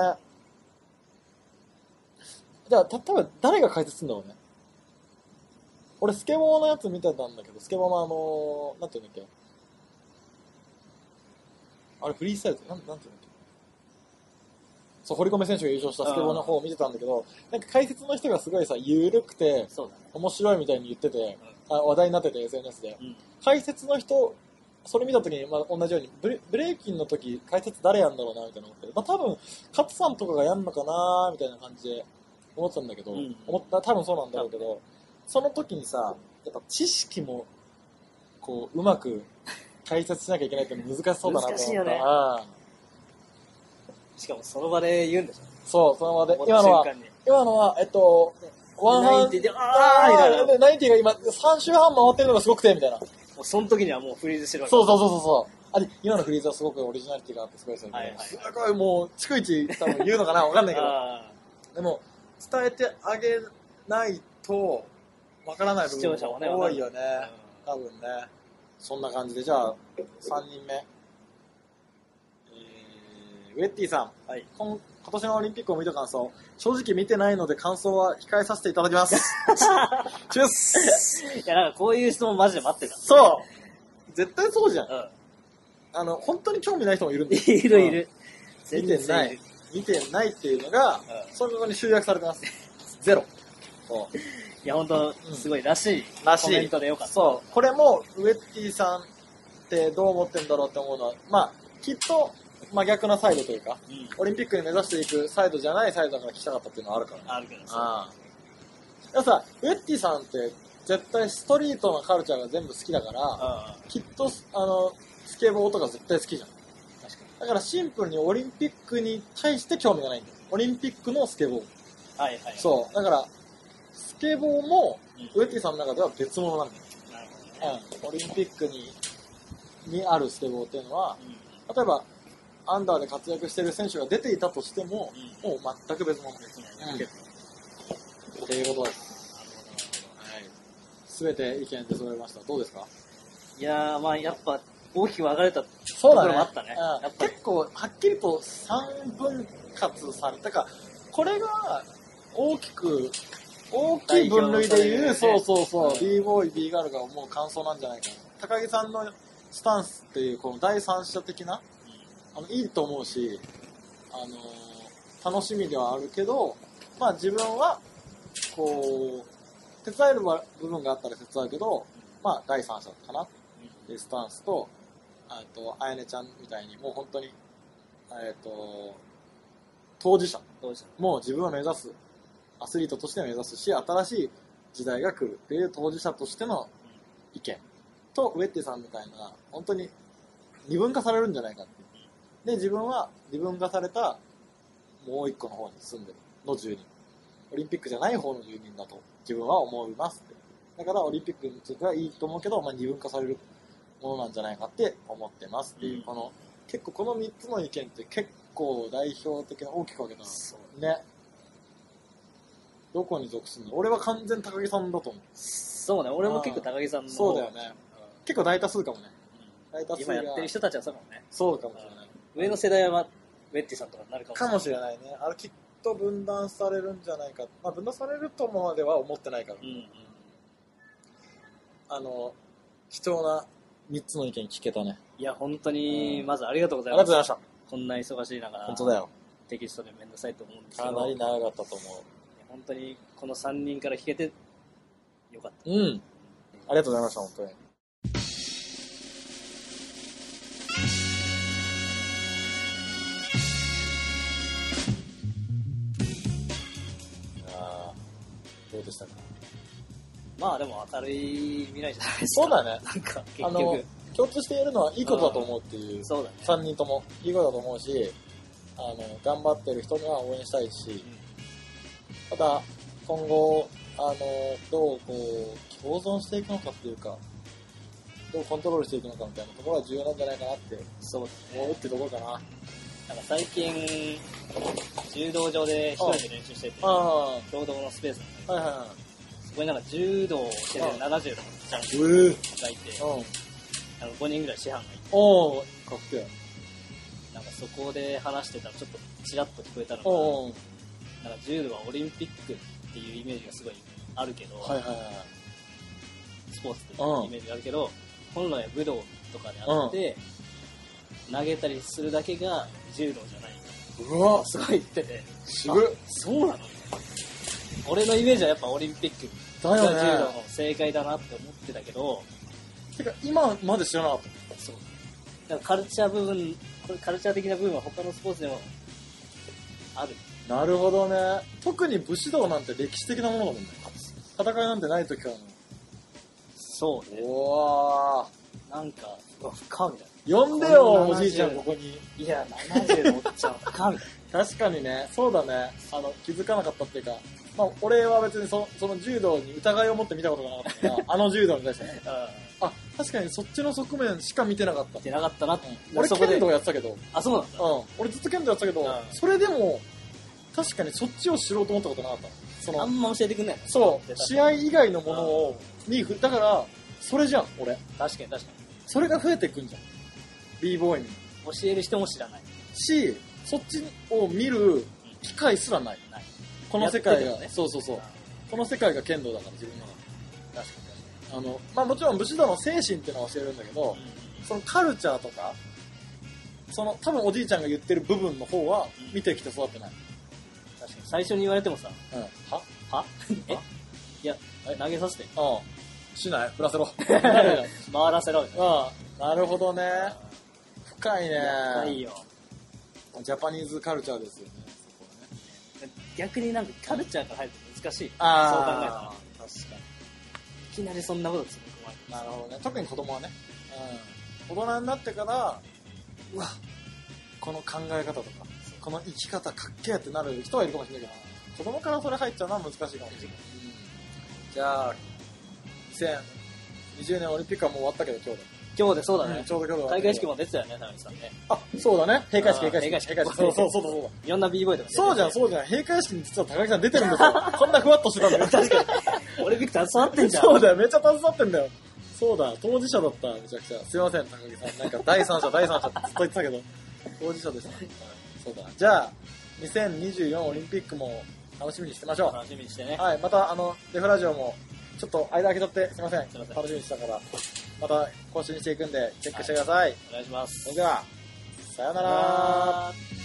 じゃあ、例えば誰が解説するんだろうね。俺、スケボーのやつ見てたんだけど、スケボーのあのー、なんていうんだっけ。あれ、フリースタイルって、なん、なんていうんだっけ。そう、堀米選手が優勝したスケボーの方を見てたんだけど、なんか解説の人がすごいさ、ゆるくて、 そうだね、 面白いみたいに言ってて、うん、あ話題になってて、エスエヌエス で。うん、解説の人、それ見たときに、まあ、同じようにブレ、ブレイキンの時解説誰やんだろうな、みたいな思って。まあ、多分、勝さんとかがやんのかな、みたいな感じで思ってたんだけど、うん、思った、多分そうなんだろうけど、その時にさ、やっぱ知識も、こう、うまく解説しなきゃいけないって難しそうだなと思った。 難しいよね。しかもその場で言うんでしょ。 そう、その場で。今のは、今のは、えっと、ワンハン、ナインティで、あー、ナインティが今、さん周半回ってるのがすごくて、みたいな。 もうその時にはもうフリーズしてるわけ。 そうそうそうそう。あれ、今のフリーズはすごくオリジナリティがあってすごいですよね。はいはいはい、すごいもう、逐一多分言うのかなわかんないけど。でも、伝えてあげないと、わからない部分が多いよね。多分ね。そんな感じで、じゃあ、さんにんめ。えー、ウェッティさん。はい。今今年のオリンピックを見た感想。正直見てないので感想は控えさせていただきます。チュース。 いや、なんかこういう質問マジで待ってた。 そう。絶対そうじゃん。うん。あの、本当に興味ない人もいるんだよ。 いるいる。 見てない。見てないっていうのが、うん、そこに集約されてます。ゼロ。そう。 いや、本当すごいらしいコメントでよかった。 そう。これも、ウェッティさんってどう思ってんだろうって思うのは、まあ、きっと、真逆なサイドというか、うん、オリンピックに目指していくサイドじゃないサイドから聞きたかったっていうのはあるから、ね。 あるけどさ。 ああ。だからさ、ウェッティさんって絶対ストリートのカルチャーが全部好きだから、あきっと、あの、スケボーとか絶対好きじゃん。確かに。だからシンプルにオリンピックに対して興味がないんだよ。オリンピックのスケボー。 はいはい、はい。 そう。だから、スケボーも、ウェッティさんの中では別物なんだよ。なるほどね。うん。オリンピックに、にあるスケボーっていうのは、うん、例えば、アンダーで活躍している選手が出ていたとしても、うん、もう全く別物ですね。うん。っていうことです。はい。すべて意見で揃いました。どうですか？ いやー、まあやっぱ大きく分かれたところもあったね。 うん、やっぱ結構はっきりとさん分割されたか、これが大きく、大きい分類でいう、ね、そうそうそう、うん、B ボーイ、B ガールが思う感想なんじゃないかな。高木さんのスタンスっていう、この第三者的な、あのいいと思うし、あのー、楽しみではあるけど、まあ自分はこう手伝える部分があったら手伝うけど、まあ第三者かなっていうスタンスと、あとあやねちゃんみたいにもう本当にえっと当事者当事者もう自分を目指す、アスリートとして目指すし、新しい時代が来るっていう当事者としての意見と、ウェッティさんみたいな本当に二分化されるんじゃないかって。で、自分は二分化されたもう一個の方に住んでるのじゅうにん、オリンピックじゃない方のじゅうにんだと自分は思いますって。だからオリンピックについてはいいと思うけど、まあ、二分化されるものなんじゃないかって思ってますっていう、うん、この結構このみっつの意見って結構代表的な大きく分けたね。どこに属するの？俺は完全高木さんだと思う。 そうね、俺も結構高木さんの。 そうだよね、うん、結構大多数かもね、 うん、大多数が今やってる人たちはそうかもね。 そうかもしれない。 上の世代はウェッティさんとかになるかもしれない。 かもしれないね。あれきっと分断されるんじゃないか、まあ、分断されるとまでは思ってないから、うんうん、あの貴重なみっつの意見聞けたね。 いや本当にまずありがとうございます。 ありがとうございました。 こんな忙しい中本当だよ、 テキストでめんどくさいと思うんですけど、 かなり長かったと思う。 本当にこのさんにんから弾けてよかった。 うん、ありがとうございました本当に。あー、どうでしたか？ まあでも明るい未来じゃないですか。 そうだね。 なんか結局あの共通して言えるのはいいことだと思うっていう、 そうだね、 さんにんともいいことだと思うし、あの頑張ってる人には応援したいし、うん、ただ今後あのどうこう共存していくのかっていうか、どうコントロールしていくのかみたいなところが重要なんじゃないかなって思うってところかな。なんか最近柔道場で一人で練習してて、共同のスペースなんだけど、はいはいはい、そこになんか柔道をしてるななじゅうのちゃんがいて、あのごにんぐらい師範がいて、 おーかっけえ。 なんかそこで話してたらちょっとチラッと聞こえたのが、なんか柔道はオリンピックっていうイメージがすごいあるけど、はいはいはい、スポーツっていうイメージがあるけど、本来は武道とかであって、投げたりするだけが柔道じゃない。 うわすごい言ってて、 渋っ。 そうなの？俺のイメージはやっぱオリンピックが柔道の正解だなって思ってたけど、 てか今まで知らなかった。 そう。だからカルチャー部分、これカルチャー的な部分は他のスポーツでもある。 なるほどね。特に武士道なんて歴史的なものだもんね。戦いなんてない時からの。 そうね。 うわー。なんか、うわ、深みたいな。 呼んでよ、おじいちゃんここに。 いや、ななじゅうのおっちゃん、深みたいな。確かにね、そうだね。あの、気づかなかったっていうか、まあ、俺は別にそその柔道に疑いを持って見たことがなかったから、あの柔道に対してね。あ、確かにそっちの側面しか見てなかった。 見てなかったなって。 うん、俺、剣道やってたけど。 あ、そうなんだ。 うん。俺ずっと剣道やってたけど、うん、それでも、確かにそっちを知ろうと思ったことなかった。そのあんま教えてくんない。 そう。試合以外のものを、に、だから、それじゃん、俺。 確かに確かに。 それが増えていくんじゃん。b ボーイに。 教える人も知らない。 し、そっちを見る機会すらない。ない。この世界が、ね、そうそうそう。この世界が剣道だから、自分の中で。確かに。あの、まあもちろん武士道の精神っていうのは教えるんだけど、うん、そのカルチャーとか、その多分おじいちゃんが言ってる部分の方は見てきて育ってない。 確かに。最初に言われてもさ、 うん、ははえいや、投げさせて。 うん。しない振らせろ。 回らせろ。 うん。なるほどね。深いね。 深いよ。 ジャパニーズカルチャーですよね。そこはね。逆になんかカルチャーから入ると難しい。 あそう考えたら。確かに。いきなりそんなことつぶ込まれて。 なるほどね。特に子供はね。うん。大人になってから、うわ、この考え方とか、この生き方かっけえってなる人はいるかもしれないけど、子供からそれ入っちゃうのは難しいかもしれない。うん、じゃあ、にせんにじゅうねんオリンピックはもう終わったけど今日で。 今日でそうだね。 うん、ちょうど今日で。 開会式も出てたよね、田辺さんね。 あ、そうだね。閉会式、閉会式。 閉会式。 閉会式。そうそうそうそう。 いろんな b ボーイとか。 そうじゃん、そうじゃん。閉会式に実は高木さん出てるんですよ。こんなふわっとしてたんだよ。確かに。オリンピック携わってんじゃん。 そうだよ、めっちゃ携わってんだよ。そうだ、当事者だった、めちゃくちゃ。すいません、高木さん。なんか第三者、第三者ってずっと言ってたけど、当事者でした。そうだ。じゃあ、にせんにじゅうよんオリンピックも楽しみにしてましょう。 楽しみにしてね。 はい、また、あの、デフラジオも、ちょっと間空けちゃってすいません。楽しみにしたから。また更新していくんで、チェックしてください。 お願いします。 それでは、さよなら。